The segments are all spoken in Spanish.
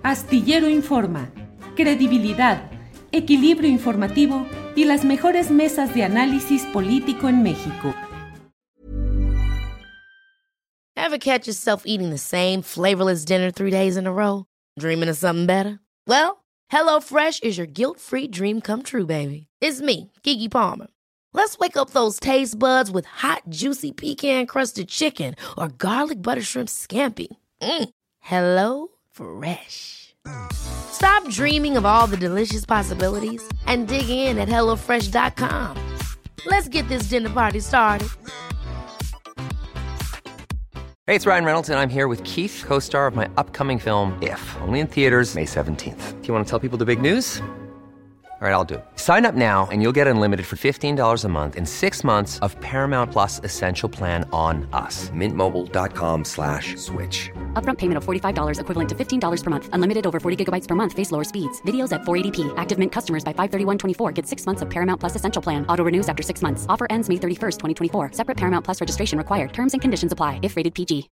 Astillero Informa, credibilidad, equilibrio informativo y las mejores mesas de análisis político en México. Ever catch yourself eating the same flavorless dinner 3 days in a row? Dreaming of something better? Well, HelloFresh is your guilt-free dream come true, baby. It's me, Keke Palmer. Let's wake up those taste buds with hot, juicy pecan-crusted chicken or garlic butter shrimp scampi. Hello Fresh. Stop dreaming of all the delicious possibilities and dig in at HelloFresh.com. Let's get this dinner party started. Hey, it's Ryan Reynolds, and I'm here with Keith, co-star of my upcoming film, If, only in theaters May 17th. Do you want to tell people the big news? All right, I'll do it. Sign up now and you'll get unlimited for $15 a month and 6 months of Paramount Plus Essential Plan on us. MintMobile.com/switch. Upfront payment of $45 equivalent to $15 per month. Unlimited over 40 gigabytes per month. Face lower speeds. Videos at 480p. Active Mint customers by 531.24 get 6 months of Paramount Plus Essential Plan. Auto renews after 6 months. Offer ends May 31st, 2024. Separate Paramount Plus registration required. Terms and conditions apply if rated PG.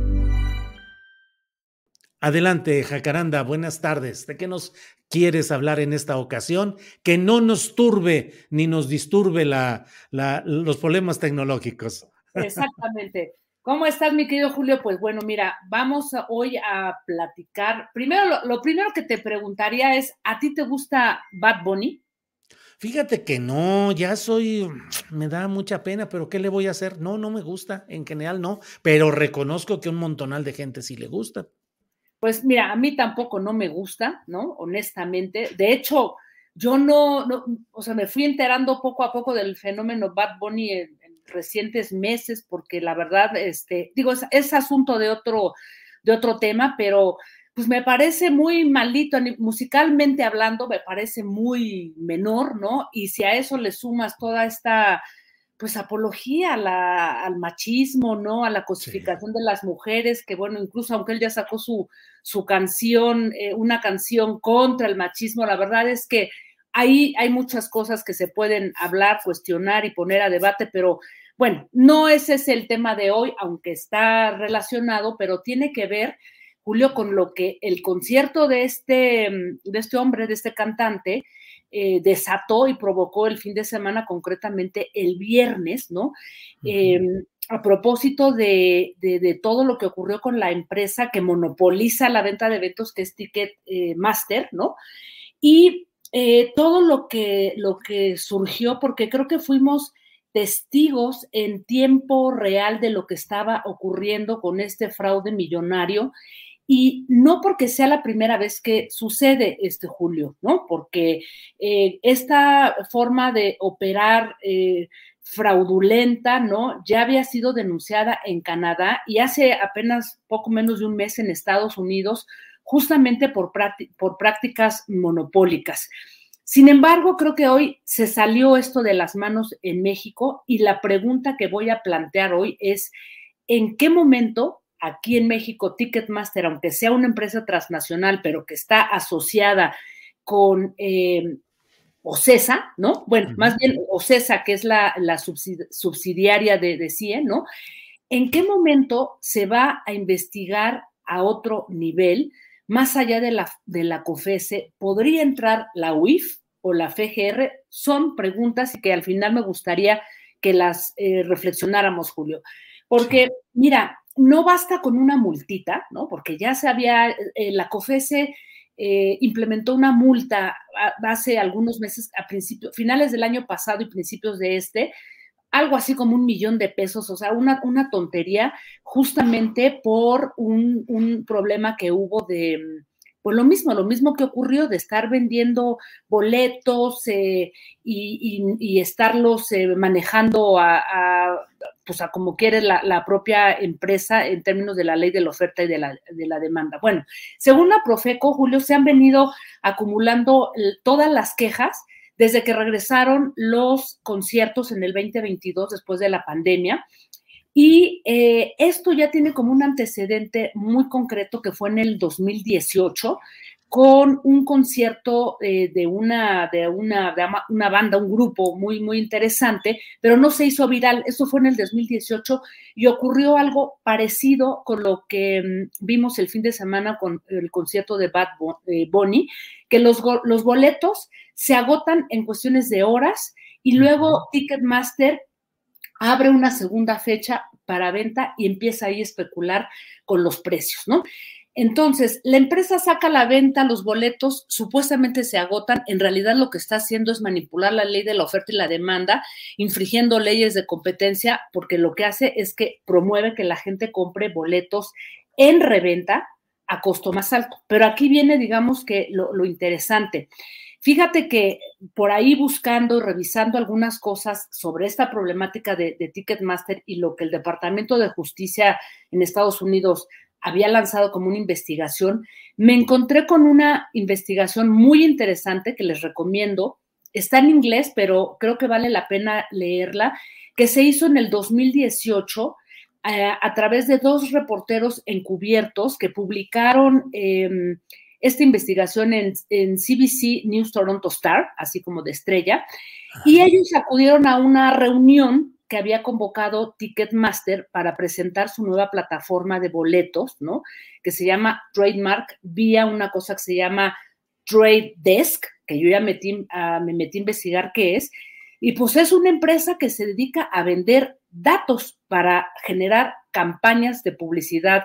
Adelante, Jacaranda, buenas tardes. ¿De qué nos quieres hablar en esta ocasión? Que no nos turbe ni nos disturbe los problemas tecnológicos. Exactamente. ¿Cómo estás, mi querido Julio? Pues bueno, mira, vamos hoy a platicar. Primero, lo primero que te preguntaría es, ¿a ti te gusta Bad Bunny? Fíjate que no, me da mucha pena, pero ¿qué le voy a hacer? No me gusta, en general no, pero reconozco que un montonal de gente sí le gusta. Pues mira, a mí tampoco no me gusta, ¿no? Honestamente. De hecho, yo no, o sea, me fui enterando poco a poco del fenómeno Bad Bunny en recientes meses, porque la verdad, digo, es asunto de otro tema, pero pues me parece muy maldito, musicalmente hablando, me parece muy menor, ¿no? Y si a eso le sumas toda esta pues apología al machismo, ¿no? A la cosificación de las mujeres, que bueno, incluso aunque él ya sacó su canción, una canción contra el machismo, la verdad es que ahí hay muchas cosas que se pueden hablar, cuestionar y poner a debate, pero bueno, no ese es el tema de hoy, aunque está relacionado, pero tiene que ver, Julio, con lo que el concierto de este hombre, de este cantante, desató y provocó el fin de semana, concretamente el viernes, ¿no? A propósito de todo lo que ocurrió con la empresa que monopoliza la venta de eventos, que es Ticketmaster, ¿no? Y todo lo que surgió, porque creo que fuimos testigos en tiempo real de lo que estaba ocurriendo con este fraude millonario. Y no porque sea la primera vez que sucede, Julio, ¿no? Porque esta forma de operar fraudulenta, ¿no? Ya había sido denunciada en Canadá y hace apenas poco menos de un mes en Estados Unidos, justamente por prácticas monopólicas. Sin embargo, creo que hoy se salió esto de las manos en México y la pregunta que voy a plantear hoy es, ¿en qué momento aquí en México Ticketmaster, aunque sea una empresa transnacional, pero que está asociada con OCESA, ¿no? Bueno, más bien OCESA, que es la subsidiaria de CIE, ¿no? ¿En qué momento se va a investigar a otro nivel, más allá de la COFESE? ¿Podría entrar la UIF o la FGR? Son preguntas y que al final me gustaría que las reflexionáramos, Julio. Porque, mira, no basta con una multita, ¿no? Porque ya la COFESE implementó una multa hace algunos meses, finales del año pasado y principios de algo así como $1 millón, o sea, una tontería, justamente por un problema que hubo de, pues lo mismo que ocurrió, de estar vendiendo boletos y estarlos manejando pues a como quiere la propia empresa en términos de la ley de la oferta y de la demanda. Bueno, según la Profeco, Julio, se han venido acumulando todas las quejas desde que regresaron los conciertos en el 2022 después de la pandemia. Y esto ya tiene como un antecedente muy concreto que fue en el 2018, con un concierto de una banda, un grupo muy, muy interesante, pero no se hizo viral. Eso fue en el 2018 y ocurrió algo parecido con lo que vimos el fin de semana con el concierto de Bad Bunny, que los boletos se agotan en cuestiones de horas y luego Ticketmaster abre una segunda fecha para venta y empieza ahí a especular con los precios, ¿no? Entonces, la empresa saca a la venta los boletos, supuestamente se agotan, en realidad lo que está haciendo es manipular la ley de la oferta y la demanda, infringiendo leyes de competencia, porque lo que hace es que promueve que la gente compre boletos en reventa a costo más alto. Pero aquí viene, digamos, que lo interesante. Fíjate que por ahí buscando y revisando algunas cosas sobre esta problemática de Ticketmaster y lo que el Departamento de Justicia en Estados Unidos había lanzado como una investigación, me encontré con una investigación muy interesante que les recomiendo. Está en inglés, pero creo que vale la pena leerla, que se hizo en el 2018 a través de 2 reporteros encubiertos que publicaron esta investigación en CBC News Toronto Star, así como de estrella, y ellos acudieron a una reunión que había convocado Ticketmaster para presentar su nueva plataforma de boletos, ¿no? Que se llama Trademark, vía una cosa que se llama Trade Desk, que yo ya me metí a investigar qué es, y pues es una empresa que se dedica a vender datos para generar campañas de publicidad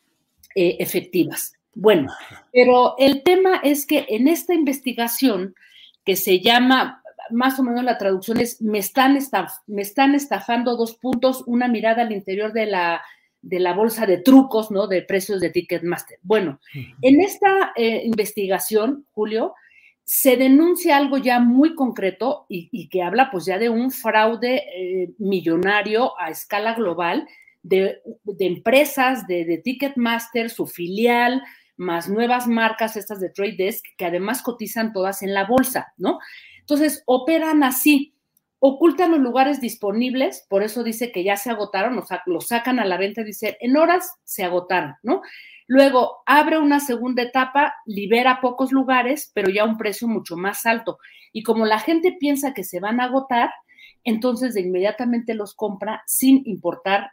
efectivas. Bueno, pero el tema es que en esta investigación que se llama, más o menos la traducción es me están estafando 2 puntos, una mirada al interior de la bolsa de trucos, ¿no? De precios de Ticketmaster. Bueno, en esta investigación, Julio, se denuncia algo ya muy concreto y que habla pues ya de un fraude millonario a escala global de empresas de Ticketmaster, su filial, más nuevas marcas estas de Trade Desk, que además cotizan todas en la bolsa, ¿no? Entonces, operan así, ocultan los lugares disponibles, por eso dice que ya se agotaron, o sea, los sacan a la venta y dice, en horas se agotaron, ¿no? Luego, abre una segunda etapa, libera pocos lugares, pero ya a un precio mucho más alto. Y como la gente piensa que se van a agotar, entonces de inmediatamente los compra sin importar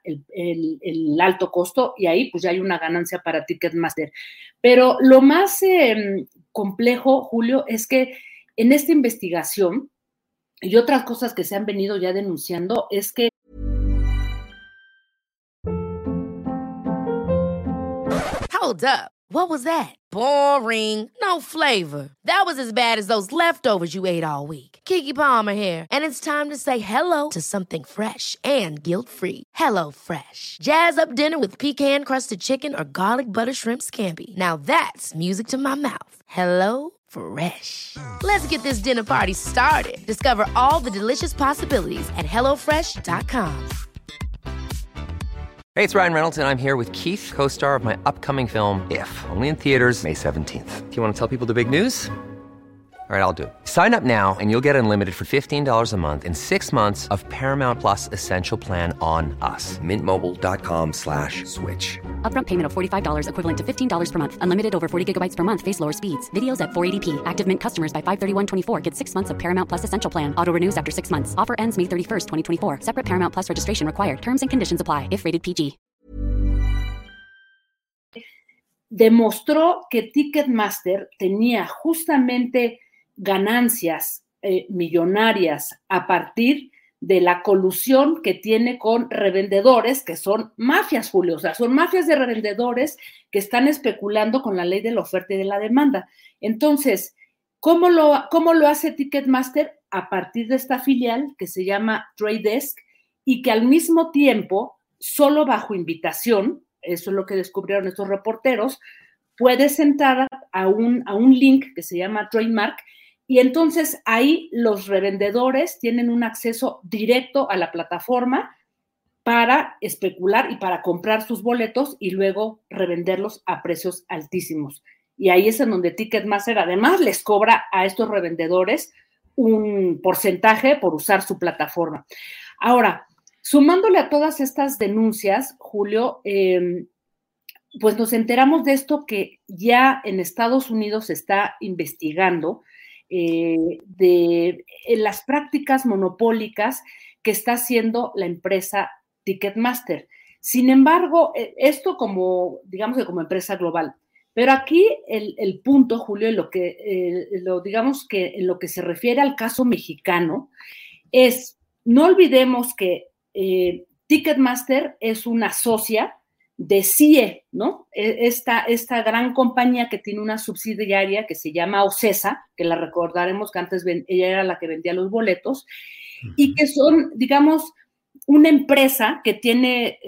el alto costo y ahí pues ya hay una ganancia para Ticketmaster. Pero lo más complejo, Julio, es que en esta investigación y otras cosas que se han venido ya denunciando es que Hold up. What was that? Boring. No flavor. That was as bad as those leftovers you ate all week. Keke Palmer here, and it's time to say hello to something fresh and guilt-free. Hello Fresh. Jazz up dinner with pecan-crusted chicken or garlic butter shrimp scampi. Now that's music to my mouth. Hello Fresh. Let's get this dinner party started. Discover all the delicious possibilities at HelloFresh.com. Hey, it's Ryan Reynolds, and I'm here with Keith, co-star of my upcoming film, If, only in theaters May 17th. Do you want to tell people the big news? All right, I'll do it. Sign up now and you'll get unlimited for $15 a month and 6 months of Paramount Plus Essential Plan on us. MintMobile.com/switch. Upfront payment of $45 equivalent to $15 per month. Unlimited over 40 gigabytes per month. Face lower speeds. Videos at 480p. Active Mint customers by 531.24 get 6 months of Paramount Plus Essential Plan. Auto renews after 6 months. Offer ends May 31st, 2024. Separate Paramount Plus registration required. Terms and conditions apply if rated PG. Demostró que Ticketmaster tenía justamente ganancias millonarias a partir de la colusión que tiene con revendedores, que son mafias, Julio, o sea, son mafias de revendedores que están especulando con la ley de la oferta y de la demanda. Entonces, ¿cómo lo hace Ticketmaster? A partir de esta filial que se llama Trade Desk y que al mismo tiempo, solo bajo invitación, eso es lo que descubrieron estos reporteros, puedes entrar a un link que se llama Trademark y entonces ahí los revendedores tienen un acceso directo a la plataforma para especular y para comprar sus boletos y luego revenderlos a precios altísimos. Y ahí es en donde Ticketmaster además les cobra a estos revendedores un porcentaje por usar su plataforma. Ahora, sumándole a todas estas denuncias, Julio, pues nos enteramos de esto que ya en Estados Unidos se está investigando de las prácticas monopólicas que está haciendo la empresa Ticketmaster. Sin embargo, esto como, digamos que como empresa global. Pero aquí el punto, Julio, digamos que en lo que se refiere al caso mexicano, es, no olvidemos que Ticketmaster es una socia de CIE, ¿no? Esta gran compañía que tiene una subsidiaria que se llama Ocesa, que la recordaremos que antes ella era la que vendía los boletos, y que son, digamos, una empresa que tiene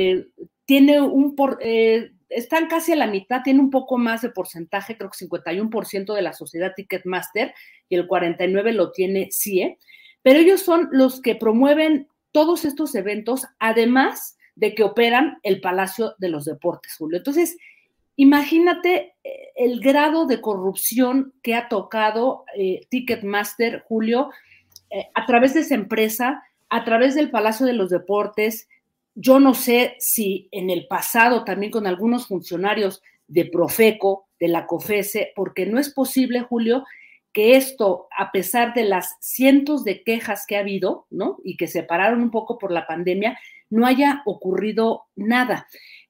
están casi a la mitad, tiene un poco más de porcentaje, creo que 51% de la sociedad Ticketmaster y el 49% lo tiene CIE, pero ellos son los que promueven todos estos eventos, además de que operan el Palacio de los Deportes, Julio. Entonces, imagínate el grado de corrupción que ha tocado Ticketmaster, Julio, a través de esa empresa, a través del Palacio de los Deportes. Yo no sé si en el pasado también con algunos funcionarios de Profeco, de la COFESE, porque no es posible, Julio, que esto, a pesar de las cientos de quejas que ha habido, ¿no? Y que se pararon un poco por la pandemia, no haya ocurrido nada.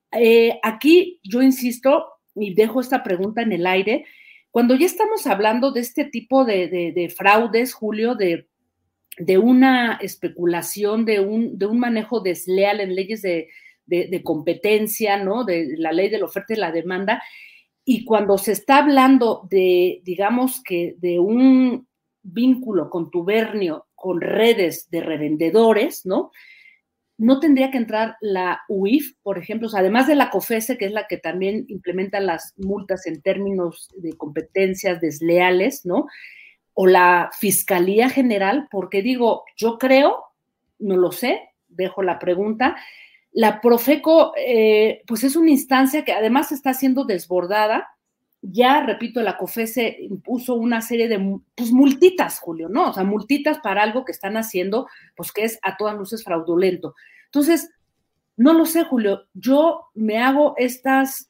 Aquí yo insisto y dejo esta pregunta en el aire. Cuando ya estamos hablando de este tipo de fraudes, Julio, de una especulación, de un manejo desleal en leyes de competencia, ¿no? De la ley de la oferta y la demanda, y cuando se está hablando de, digamos que de un vínculo contubernio con redes de revendedores, ¿no? No tendría que entrar la UIF, por ejemplo, o sea, además de la COFESE, que es la que también implementa las multas en términos de competencias desleales, ¿no? O la Fiscalía General, porque digo, yo creo, no lo sé, dejo la pregunta, la Profeco, pues es una instancia que además está siendo desbordada. Ya, repito, la COFESE impuso una serie de pues, multitas, Julio, ¿no? O sea, multitas para algo que están haciendo, pues que es a todas luces fraudulento. Entonces, no lo sé, Julio, yo me hago estas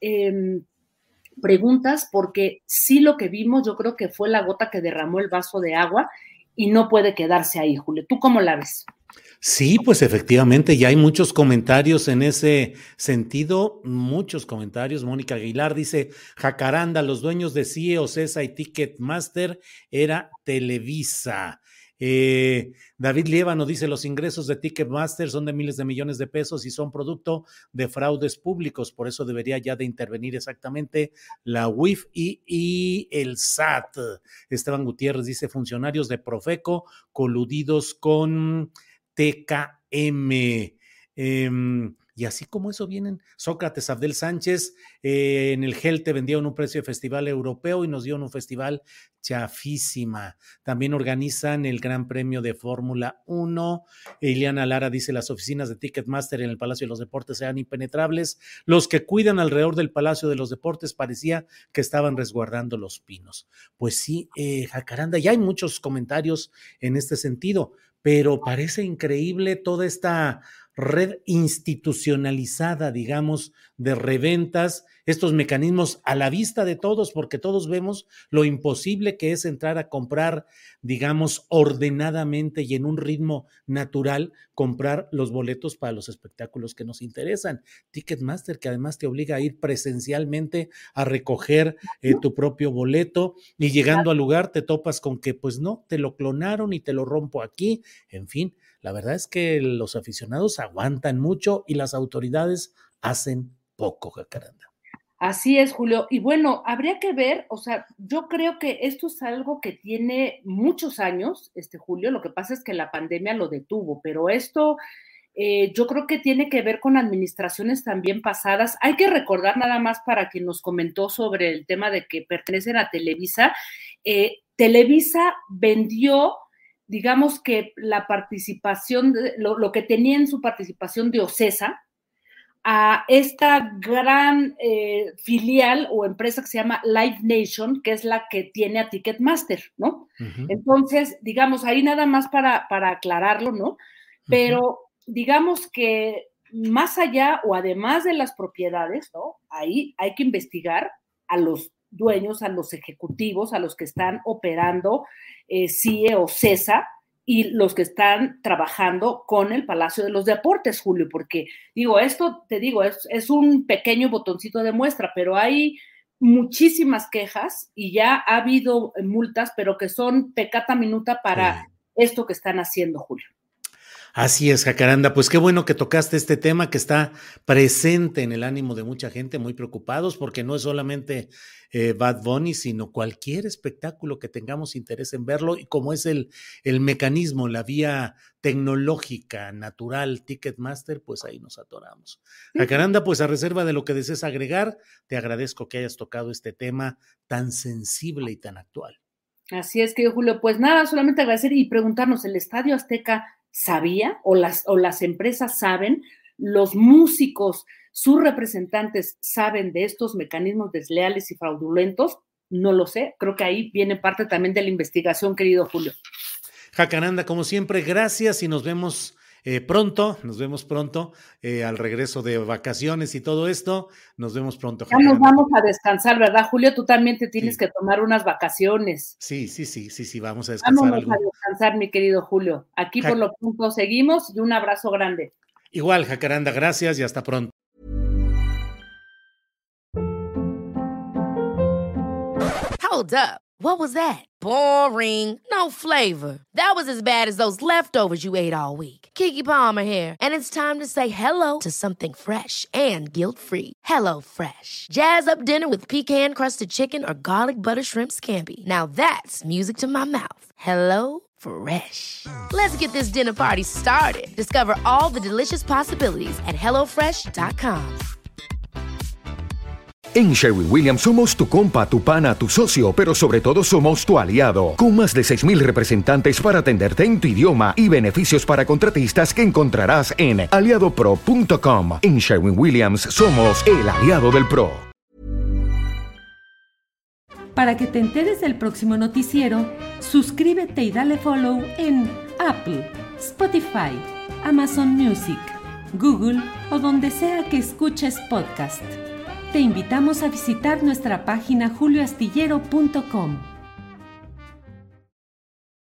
preguntas porque sí lo que vimos yo creo que fue la gota que derramó el vaso de agua y no puede quedarse ahí, Julio. ¿Tú cómo la ves? Sí, pues efectivamente, ya hay muchos comentarios en ese sentido, muchos comentarios. Mónica Aguilar dice, jacaranda, los dueños de CIE, Ocesa y Ticketmaster era Televisa. David Liévano dice, los ingresos de Ticketmaster son de miles de millones de pesos y son producto de fraudes públicos, por eso debería ya de intervenir exactamente la UIF y el SAT. Esteban Gutiérrez dice, funcionarios de Profeco coludidos con TKM. Y así como eso vienen. Sócrates Abdel Sánchez, en el GEL te vendieron un precio de festival europeo y nos dieron un festival chafísima. También organizan el Gran Premio de Fórmula 1. Ileana Lara dice, las oficinas de Ticketmaster en el Palacio de los Deportes eran impenetrables. Los que cuidan alrededor del Palacio de los Deportes parecía que estaban resguardando los pinos. Pues sí, jacaranda, ya hay muchos comentarios en este sentido, pero parece increíble toda esta red institucionalizada, digamos, de reventas, estos mecanismos a la vista de todos, porque todos vemos lo imposible que es entrar a comprar, digamos, ordenadamente y en un ritmo natural, comprar los boletos para los espectáculos que nos interesan. Ticketmaster, que además te obliga a ir presencialmente a recoger tu propio boleto y llegando al lugar te topas con que, pues no, te lo clonaron y te lo rompo aquí, en fin. La verdad es que los aficionados aguantan mucho y las autoridades hacen poco, jacaranda. Así es, Julio. Y bueno, habría que ver, o sea, yo creo que esto es algo que tiene muchos años, Julio. Lo que pasa es que la pandemia lo detuvo, pero esto yo creo que tiene que ver con administraciones también pasadas. Hay que recordar nada más para quien nos comentó sobre el tema de que pertenecen a Televisa. Televisa vendió, digamos que la participación, lo que tenía en su participación de Ocesa, a esta gran filial o empresa que se llama Live Nation, que es la que tiene a Ticketmaster, ¿no? Uh-huh. Entonces, digamos, ahí nada más para aclararlo, ¿no? Pero digamos que más allá o además de las propiedades, ¿no? Ahí hay que investigar a los dueños, a los ejecutivos, a los que están operando CIE o CESA, y los que están trabajando con el Palacio de los Deportes, Julio, porque esto te digo, es un pequeño botoncito de muestra, pero hay muchísimas quejas y ya ha habido multas, pero que son peccata minuta para esto que están haciendo, Julio. Así es, Jacaranda. Pues qué bueno que tocaste este tema que está presente en el ánimo de mucha gente, muy preocupados, porque no es solamente Bad Bunny, sino cualquier espectáculo que tengamos interés en verlo, y como es el mecanismo, la vía tecnológica, natural, Ticketmaster, pues ahí nos atoramos. Jacaranda, pues a reserva de lo que desees agregar, te agradezco que hayas tocado este tema tan sensible y tan actual. Así es, querido Julio. Pues nada, solamente agradecer y preguntarnos, ¿el Estadio Azteca sabía o las empresas saben, los músicos, sus representantes saben de estos mecanismos desleales y fraudulentos? No lo sé, creo que ahí viene parte también de la investigación, querido Julio. Jacaranda, como siempre, gracias y nos vemos pronto al regreso de vacaciones y todo esto. Nos vemos pronto, Jacaranda. Ya nos vamos a descansar, ¿verdad, Julio? Tú también te tienes que tomar unas vacaciones. Sí, vamos a descansar. Vámonos a descansar, mi querido Julio. Aquí por lo pronto seguimos y un abrazo grande. Igual, Jacaranda, gracias y hasta pronto. Hold up. What was that? Boring. No flavor. That was as bad as those leftovers you ate all week. Keke Palmer here, and it's time to say hello to something fresh and guilt-free. Hello Fresh. Jazz up dinner with pecan-crusted chicken or garlic butter shrimp scampi. Now that's music to my mouth. Hello Fresh. Let's get this dinner party started. Discover all the delicious possibilities at HelloFresh.com. En Sherwin-Williams somos tu compa, tu pana, tu socio, pero sobre todo somos tu aliado, con más de 6,000 representantes para atenderte en tu idioma y beneficios para contratistas que encontrarás en aliadopro.com. En Sherwin-Williams somos el aliado del pro. Para que te enteres del próximo noticiero, suscríbete y dale follow en Apple, Spotify, Amazon Music, Google o donde sea que escuches podcast. Te invitamos a visitar nuestra página julioastillero.com.